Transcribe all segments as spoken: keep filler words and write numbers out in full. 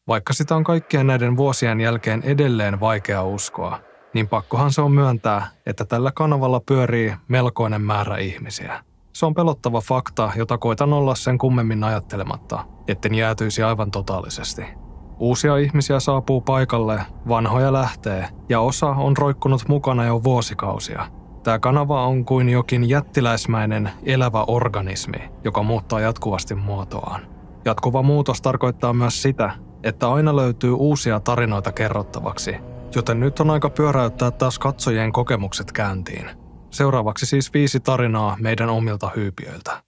Vaikka sitä on kaikkien näiden vuosien jälkeen edelleen vaikea uskoa, niin pakkohan se on myöntää, että tällä kanavalla pyörii melkoinen määrä ihmisiä. Se on pelottava fakta, jota koitan olla sen kummemmin ajattelematta, etten jäätyisi aivan totaalisesti. Uusia ihmisiä saapuu paikalle, vanhoja lähtee, ja osa on roikkunut mukana jo vuosikausia. Tämä kanava on kuin jokin jättiläismäinen elävä organismi, joka muuttaa jatkuvasti muotoaan. Jatkuva muutos tarkoittaa myös sitä, että aina löytyy uusia tarinoita kerrottavaksi, joten nyt on aika pyöräyttää taas katsojien kokemukset käyntiin. Seuraavaksi siis viisi tarinaa meidän omilta hyypiöiltä.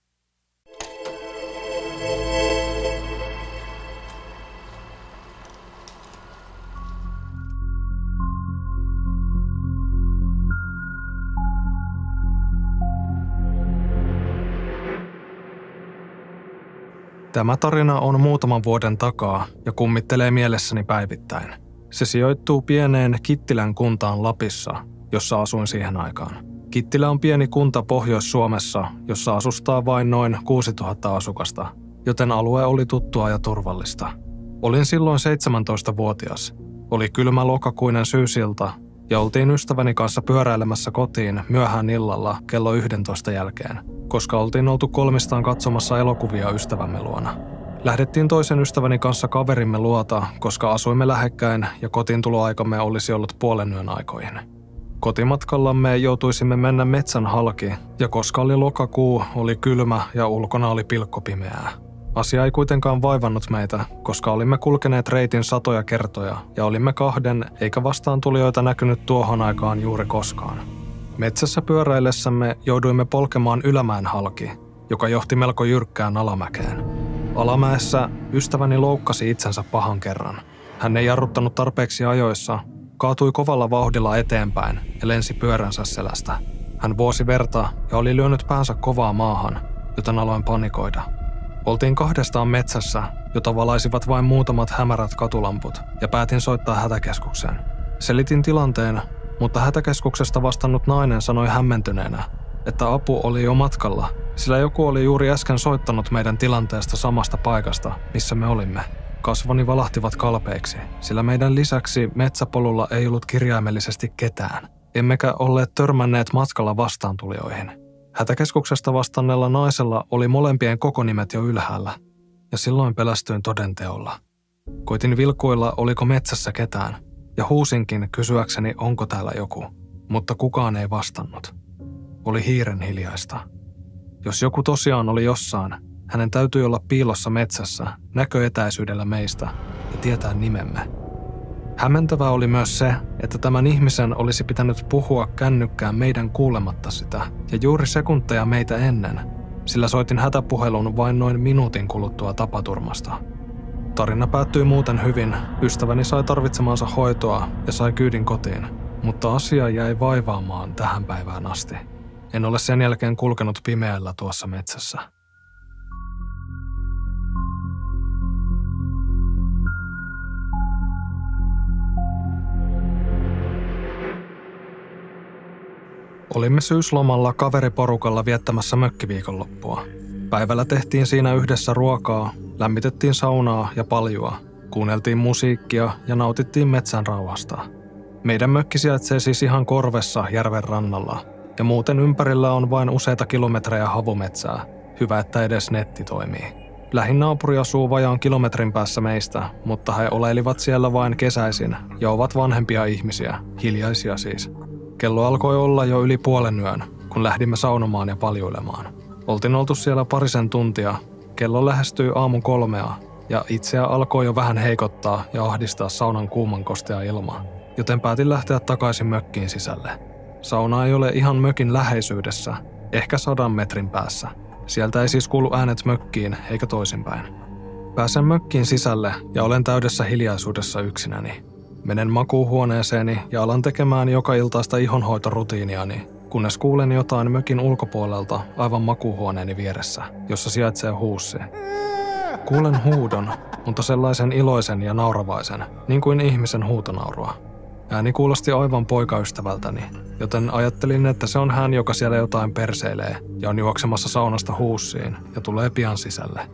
Tämä tarina on muutaman vuoden takaa ja kummittelee mielessäni päivittäin. Se sijoittuu pieneen Kittilän kuntaan Lapissa, jossa asuin siihen aikaan. Kittilä on pieni kunta Pohjois-Suomessa, jossa asustaa vain noin kuusituhatta asukasta, joten alue oli tuttua ja turvallista. Olin silloin seitsemäntoistavuotias. Oli kylmä lokakuinen syysilta ja oltiin ystäväni kanssa pyöräilemässä kotiin myöhään illalla kello yksitoista jälkeen, koska oltiin oltu kolmistaan katsomassa elokuvia ystävämme luona. Lähdettiin toisen ystäväni kanssa kaverimme luota, koska asuimme lähekkäin ja kotiintuloaikamme olisi ollut puolen yön aikoihin. Kotimatkallamme joutuisimme mennä metsän halki, ja koska oli lokakuu, oli kylmä ja ulkona oli pilkkopimeää. Asia ei kuitenkaan vaivannut meitä, koska olimme kulkeneet reitin satoja kertoja ja olimme kahden, eikä vastaantulijoita näkynyt tuohon aikaan juuri koskaan. Metsässä pyöräillessämme jouduimme polkemaan ylämään halki, joka johti melko jyrkkään alamäkeen. Alamäessä ystäväni loukkasi itsensä pahan kerran. Hän ei jarruttanut tarpeeksi ajoissa, kaatui kovalla vauhdilla eteenpäin ja lensi pyöränsä selästä. Hän vuosi verta ja oli lyönyt päänsä kovaa maahan, joten aloin panikoida. Oltiin kahdestaan metsässä, jota valaisivat vain muutamat hämärät katulamput, ja päätin soittaa hätäkeskukseen. Selitin tilanteen, mutta hätäkeskuksesta vastannut nainen sanoi hämmentyneenä, että apu oli jo matkalla, sillä joku oli juuri äsken soittanut meidän tilanteesta samasta paikasta, missä me olimme. Kasvoni valahtivat kalpeiksi, sillä meidän lisäksi metsäpolulla ei ollut kirjaimellisesti ketään, emmekä olleet törmänneet matkalla vastaantulijoihin. Hätäkeskuksesta vastanneella naisella oli molempien kokonimet jo ylhäällä, ja silloin pelästyin todenteolla. Koitin vilkuilla, oliko metsässä ketään, ja huusinkin kysyäkseni, onko täällä joku, mutta kukaan ei vastannut. Oli hiiren hiljaista. Jos joku tosiaan oli jossain, hänen täytyi olla piilossa metsässä, näköetäisyydellä meistä ja tietää nimemme. Hämmentävää oli myös se, että tämän ihmisen olisi pitänyt puhua kännykkään meidän kuulematta sitä, ja juuri sekunteja meitä ennen, sillä soitin hätäpuhelun vain noin minuutin kuluttua tapaturmasta. Tarina päättyi muuten hyvin, ystäväni sai tarvitsemansa hoitoa ja sai kyydin kotiin, mutta asia jäi vaivaamaan tähän päivään asti. En ole sen jälkeen kulkenut pimeällä tuossa metsässä. Olimme syyslomalla kaveriporukalla viettämässä mökkiviikonloppua. Päivällä tehtiin siinä yhdessä ruokaa, lämmitettiin saunaa ja paljua, kuunneltiin musiikkia ja nautittiin metsän rauhasta. Meidän mökki sijaitsee siis ihan korvessa järven rannalla, ja muuten ympärillä on vain useita kilometrejä havumetsää. Hyvä, että edes netti toimii. Lähin naapuri asuu vajaan kilometrin päässä meistä, mutta he oleilivat siellä vain kesäisin ja ovat vanhempia ihmisiä, hiljaisia siis. Kello alkoi olla jo yli puolen yön, kun lähdimme saunomaan ja paljuilemaan. Oltiin oltu siellä parisen tuntia, kello lähestyi aamun kolmea ja itseä alkoi jo vähän heikottaa ja ahdistaa saunan kuuman kostea ilma, joten päätin lähteä takaisin mökkiin sisälle. Sauna ei ole ihan mökin läheisyydessä, ehkä sadan metrin päässä. Sieltä ei siis kuulu äänet mökkiin eikä toisinpäin. Pääsen mökkiin sisälle ja olen täydessä hiljaisuudessa yksinäni. Menen makuuhuoneeseeni ja alan tekemään joka iltaista ihonhoitorutiiniani, kunnes kuulen jotain mökin ulkopuolelta aivan makuuhuoneeni vieressä, jossa sijaitsee huussi. Kuulen huudon, mutta sellaisen iloisen ja nauravaisen, niin kuin ihmisen huutonaurua. Ääni kuulosti aivan poikaystävältäni, joten ajattelin, että se on hän, joka siellä jotain perseilee ja on juoksemassa saunasta huussiin ja tulee pian sisälle.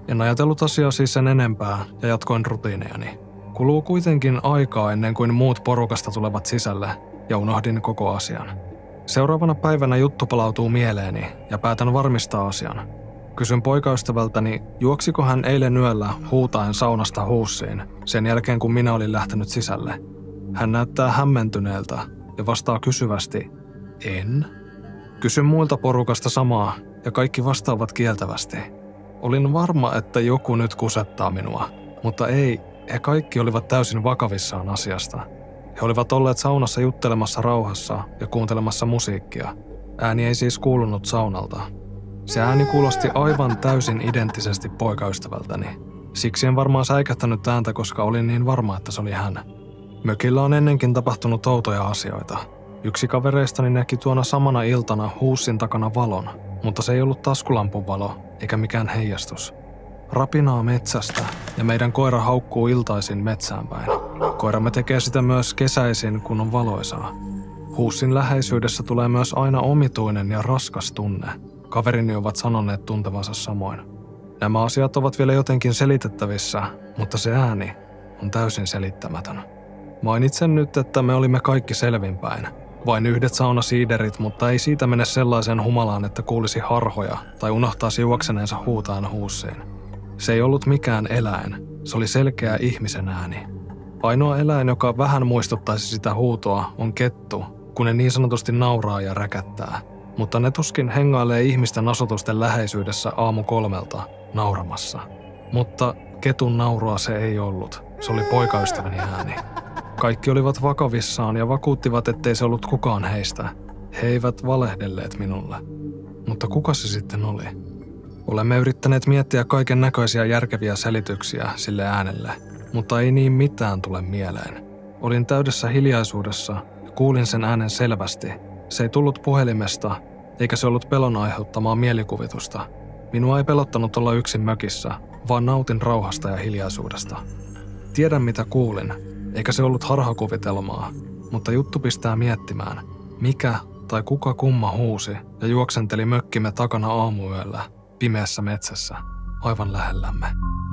En ajatellut asiaa siis sen enempää ja jatkoin rutiinejani. Kuluu kuitenkin aikaa ennen kuin muut porukasta tulevat sisälle ja unohdin koko asian. Seuraavana päivänä juttu palautuu mieleeni ja päätän varmistaa asian. Kysyn poikaystävältäni, juoksiko hän eilen yöllä huutaen saunasta huussiin sen jälkeen kun minä olin lähtenyt sisälle. Hän näyttää hämmentyneeltä ja vastaa kysyvästi, en. Kysyn muilta porukasta samaa ja kaikki vastaavat kieltävästi. Olin varma, että joku nyt kusettaa minua, mutta ei, he kaikki olivat täysin vakavissaan asiasta. He olivat olleet saunassa juttelemassa rauhassa ja kuuntelemassa musiikkia. Ääni ei siis kuulunut saunalta. Se ääni kuulosti aivan täysin identtisesti poikaystävältäni. Siksi en varmaan säikähtänyt ääntä, koska olin niin varma, että se oli hän. Mökillä on ennenkin tapahtunut outoja asioita. Yksi kavereistani näki tuona samana iltana huussin takana valon, mutta se ei ollut taskulampun valo eikä mikään heijastus. Rapinaa metsästä ja meidän koira haukkuu iltaisin metsään päin. Koiramme tekee sitä myös kesäisin, kun on valoisaa. Huussin läheisyydessä tulee myös aina omituinen ja raskas tunne. Kaverini ovat sanoneet tuntevansa samoin. Nämä asiat ovat vielä jotenkin selitettävissä, mutta se ääni on täysin selittämätön. Mainitsen nyt, että me olimme kaikki selvinpäin. Vain yhdet saunasiiderit, mutta ei siitä mene sellaiseen humalaan, että kuulisi harhoja tai unohtaisi juokseneensa huutaan huussiin. Se ei ollut mikään eläin, se oli selkeä ihmisen ääni. Ainoa eläin, joka vähän muistuttaisi sitä huutoa, on kettu, kun ne niin sanotusti nauraa ja räkättää. Mutta ne tuskin hengailee ihmisten asutusten läheisyydessä aamu kolmelta nauramassa. Mutta ketun naurua se ei ollut, se oli poikaystäväni ääni. Kaikki olivat vakavissaan ja vakuuttivat, ettei se ollut kukaan heistä. He eivät valehdelleet minulle. Mutta kuka se sitten oli? Olemme yrittäneet miettiä kaiken näköisiä järkeviä selityksiä sille äänelle, mutta ei niin mitään tule mieleen. Olin täydessä hiljaisuudessa ja kuulin sen äänen selvästi. Se ei tullut puhelimesta, eikä se ollut pelon aiheuttamaa mielikuvitusta. Minua ei pelottanut olla yksin mökissä, vaan nautin rauhasta ja hiljaisuudesta. Tiedän mitä kuulin, eikä se ollut harhakuvitelmaa, mutta juttu pistää miettimään, mikä tai kuka kumma huusi ja juoksenteli mökkimme takana aamuyöllä, pimeässä metsässä, aivan lähellämme.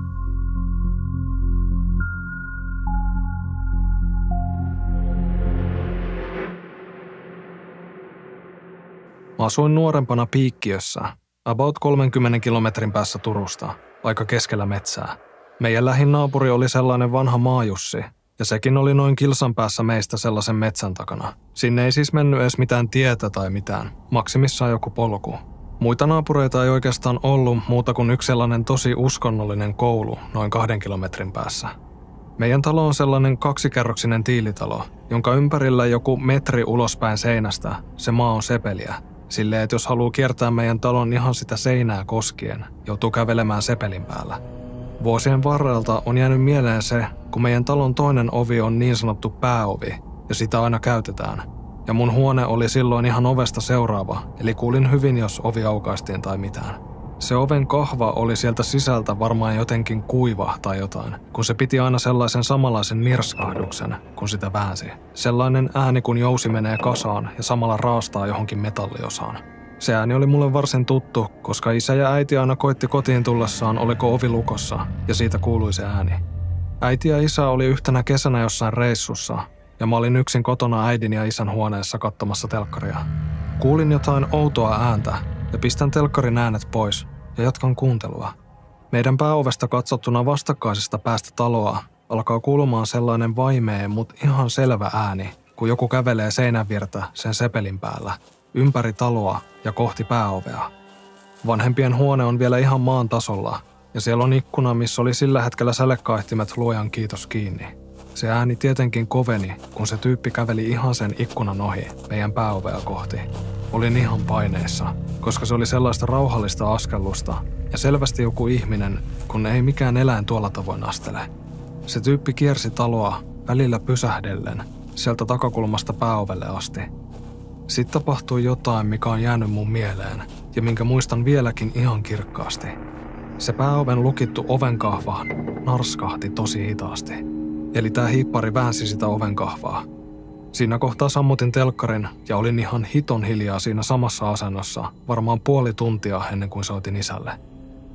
Mä asuin nuorempana Piikkiössä, about kolmenkymmenen kilometrin päässä Turusta, aika keskellä metsää. Meidän lähin naapuri oli sellainen vanha maajussi, ja sekin oli noin kilsan päässä meistä sellaisen metsän takana. Sinne ei siis mennyt edes mitään tietä tai mitään, maksimissaan joku polku. Muita naapureita ei oikeastaan ollut muuta kuin yksi sellainen tosi uskonnollinen koulu noin kahden kilometrin päässä. Meidän talo on sellainen kaksikerroksinen tiilitalo, jonka ympärillä joku metri ulospäin seinästä se maa on sepeliä. Silleen, että jos haluaa kiertää meidän talon ihan sitä seinää koskien, joutuu kävelemään sepelin päällä. Vuosien varrelta on jäänyt mieleen se, kun meidän talon toinen ovi on niin sanottu pääovi, ja sitä aina käytetään. Ja mun huone oli silloin ihan ovesta seuraava, eli kuulin hyvin, jos ovi aukaistiin tai mitään. Se oven kahva oli sieltä sisältä varmaan jotenkin kuiva tai jotain, kun se piti aina sellaisen samanlaisen nirskahduksen, kun sitä väänsi. Sellainen ääni, kun jousi menee kasaan ja samalla raastaa johonkin metalliosaan. Se ääni oli mulle varsin tuttu, koska isä ja äiti aina koitti kotiin tullessaan, oliko ovi lukossa, ja siitä kuului se ääni. Äiti ja isä oli yhtenä kesänä jossain reissussa, ja mä olin yksin kotona äidin ja isän huoneessa katsomassa telkkaria. Kuulin jotain outoa ääntä, ja pistän telkkarin äänet pois, ja jatkan kuuntelua. Meidän pääovesta katsottuna vastakkaisesta päästä taloa alkaa kuulumaan sellainen vaimee, mut ihan selvä ääni, kun joku kävelee seinänviertä sen sepelin päällä, ympäri taloa ja kohti pääovea. Vanhempien huone on vielä ihan maan tasolla, ja siellä on ikkuna, missä oli sillä hetkellä sälekaihtimet luojan kiitos kiinni. Se ääni tietenkin koveni, kun se tyyppi käveli ihan sen ikkunan ohi meidän pääovea kohti. Olin ihan paineissa, koska se oli sellaista rauhallista askellusta ja selvästi joku ihminen, kun ei mikään eläin tuolla tavoin astele. Se tyyppi kiersi taloa välillä pysähdellen sieltä takakulmasta pääovelle asti. Sitten tapahtui jotain, mikä on jäänyt mun mieleen ja minkä muistan vieläkin ihan kirkkaasti. Se pääoven lukittu ovenkahva narskahti tosi hitaasti. Eli tää hiippari väänsi sitä ovenkahvaa. Siinä kohtaa sammutin telkkarin ja olin ihan hiton hiljaa siinä samassa asennossa, varmaan puoli tuntia ennen kuin soitin isälle.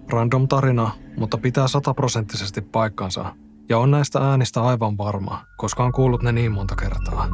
Random tarina, mutta pitää sataprosenttisesti paikkansa. Ja on näistä äänistä aivan varma, koska on kuullut ne niin monta kertaa.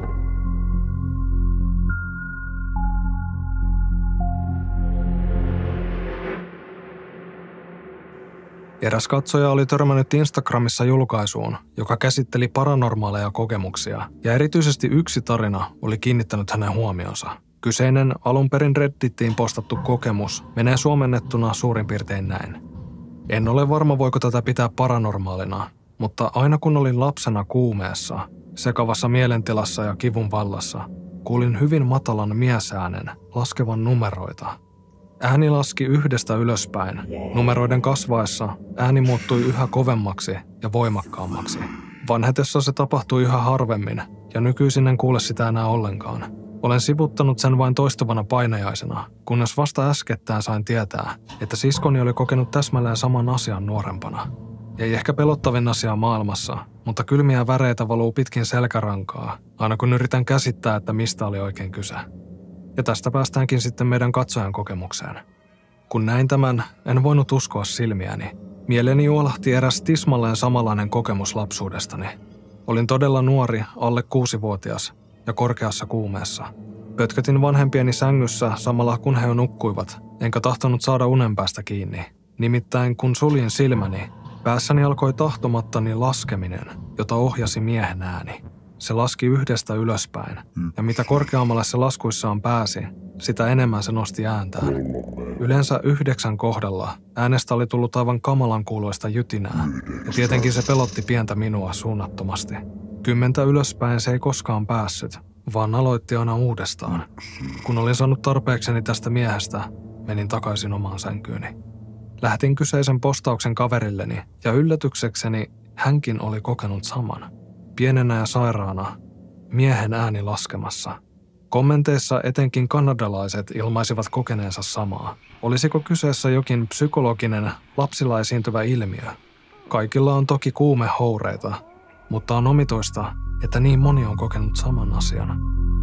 Eräs katsoja oli törmännyt Instagramissa julkaisuun, joka käsitteli paranormaaleja kokemuksia, ja erityisesti yksi tarina oli kiinnittänyt hänen huomionsa. Kyseinen alun perin Reddittiin postattu kokemus menee suomennettuna suurin piirtein näin. En ole varma, voiko tätä pitää paranormaalina, mutta aina kun olin lapsena kuumeessa, sekavassa mielentilassa ja kivun vallassa, kuulin hyvin matalan miesäänen laskevan numeroita. Ääni laski yhdestä ylöspäin. Numeroiden kasvaessa ääni muuttui yhä kovemmaksi ja voimakkaammaksi. Vanhetessa se tapahtui yhä harvemmin, ja nykyisin en kuule sitä enää ollenkaan. Olen sivuttanut sen vain toistuvana painajaisena, kunnes vasta äskettäin sain tietää, että siskoni oli kokenut täsmälleen saman asian nuorempana. Ei ehkä pelottavin asia maailmassa, mutta kylmiä väreitä valuu pitkin selkärankaa, aina kun yritän käsittää, että mistä oli oikein kyse. Ja tästä päästäänkin sitten meidän katsojan kokemukseen. Kun näin tämän, en voinut uskoa silmiäni. Mieleeni juolahti eräs tismalleen samanlainen kokemus lapsuudestani. Olin todella nuori, alle kuusivuotias ja korkeassa kuumeessa. Pötkötin vanhempieni sängyssä samalla kun he nukkuivat, enkä tahtonut saada unen päästä kiinni. Nimittäin kun suljin silmäni, päässäni alkoi tahtomattani laskeminen, jota ohjasi miehen ääni. Se laski yhdestä ylöspäin, ja mitä korkeammalle se laskuissaan pääsi, sitä enemmän se nosti ääntään. Yleensä yhdeksän kohdalla äänestä oli tullut aivan kamalan kuuloista jytinää, ja tietenkin se pelotti pientä minua suunnattomasti. Kymmentä ylöspäin se ei koskaan päässyt, vaan aloitti aina uudestaan. Kun olin saanut tarpeekseni tästä miehestä, menin takaisin omaan sänkyyni. Lähetin kyseisen postauksen kaverilleni, ja yllätyksekseni hänkin oli kokenut saman. Pienenä ja sairaana, miehen ääni laskemassa. Kommenteissa etenkin kanadalaiset ilmaisivat kokeneensa samaa. Olisiko kyseessä jokin psykologinen, lapsilla esiintyvä ilmiö? Kaikilla on toki kuumehoureita, mutta on omituista, että niin moni on kokenut saman asian.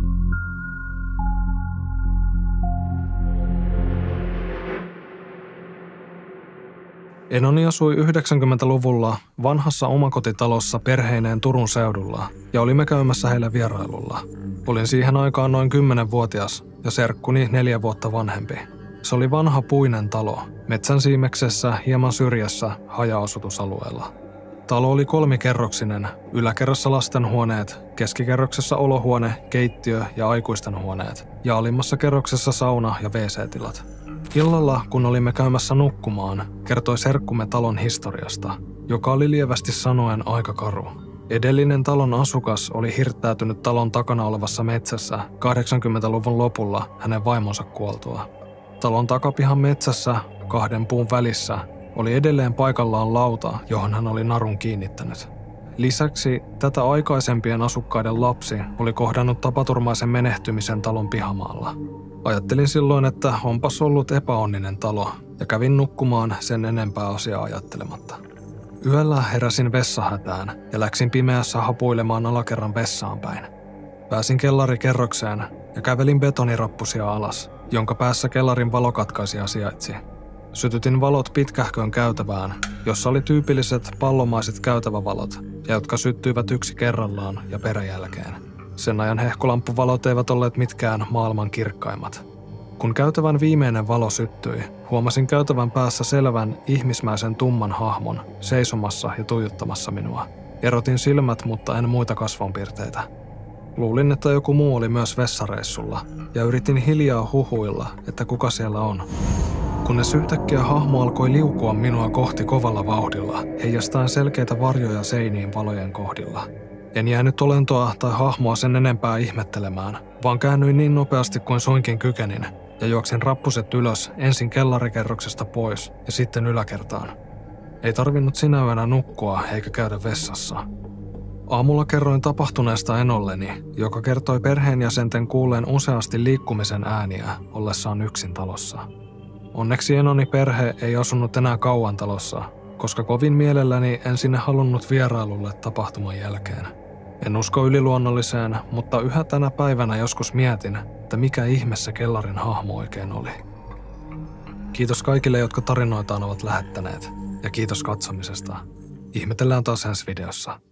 Enoni asui yhdeksänkymmentäluvulla vanhassa omakotitalossa perheineen Turun seudulla ja olimme käymässä heillä vierailulla. Olin siihen aikaan noin kymmenvuotias ja serkkuni neljä vuotta vanhempi. Se oli vanha puinen talo, metsän siimeksessä hieman syrjässä haja-asutusalueella. Talo oli kolmikerroksinen, yläkerrassa lastenhuoneet, keskikerroksessa olohuone, keittiö ja aikuisten huoneet ja alimmassa kerroksessa sauna ja wee see-tilat. Illalla, kun olimme käymässä nukkumaan, kertoi serkkumme talon historiasta, joka oli lievästi sanoen aika karu. Edellinen talon asukas oli hirttäytynyt talon takana olevassa metsässä kahdeksankymmentäluvun lopulla hänen vaimonsa kuoltua. Talon takapihan metsässä, kahden puun välissä, oli edelleen paikallaan lauta, johon hän oli narun kiinnittänyt. Lisäksi tätä aikaisempien asukkaiden lapsi oli kohdannut tapaturmaisen menehtymisen talon pihamaalla. Ajattelin silloin, että onpas ollut epäonninen talo, ja kävin nukkumaan sen enempää asiaa ajattelematta. Yöllä heräsin vessahätään ja läksin pimeässä hapuilemaan alakerran vessaan päin. Pääsin kellarikerrokseen ja kävelin betonirappusia alas, jonka päässä kellarin valokatkaisija sijaitsi. Sytytin valot pitkähköön käytävään, jossa oli tyypilliset pallomaiset käytävävalot, ja jotka syttyivät yksi kerrallaan ja peräjälkeen. Sen ajan hehkulamppuvalot eivät olleet mitkään maailman kirkkaimmat. Kun käytävän viimeinen valo syttyi, huomasin käytävän päässä selvän ihmismäisen tumman hahmon seisomassa ja tuijottamassa minua. Erotin silmät, mutta en muita kasvonpiirteitä. Luulin, että joku muu oli myös vessareissulla, ja yritin hiljaa huhuilla, että kuka siellä on. Kunnes yhtäkkiä hahmo alkoi liukua minua kohti kovalla vauhdilla, heijastaen selkeitä varjoja seiniin valojen kohdilla. En jäänyt olentoa tai hahmoa sen enempää ihmettelemään, vaan käännyin niin nopeasti kuin suinkin kykenin ja juoksin rappuset ylös ensin kellarikerroksesta pois ja sitten yläkertaan. Ei tarvinnut sinä yönä nukkua eikä käydä vessassa. Aamulla kerroin tapahtuneesta enolleni, joka kertoi perheenjäsenten kuulleen useasti liikkumisen ääniä ollessaan yksin talossa. Onneksi enoni perhe ei asunut enää kauan talossa, koska kovin mielelläni en sinne halunnut vierailulle tapahtuman jälkeen. En usko yliluonnolliseen, mutta yhä tänä päivänä joskus mietin, että mikä ihme se kellarin hahmo oikein oli. Kiitos kaikille, jotka tarinoitaan ovat lähettäneet. Ja kiitos katsomisesta. Ihmetellään taas ensi videossa.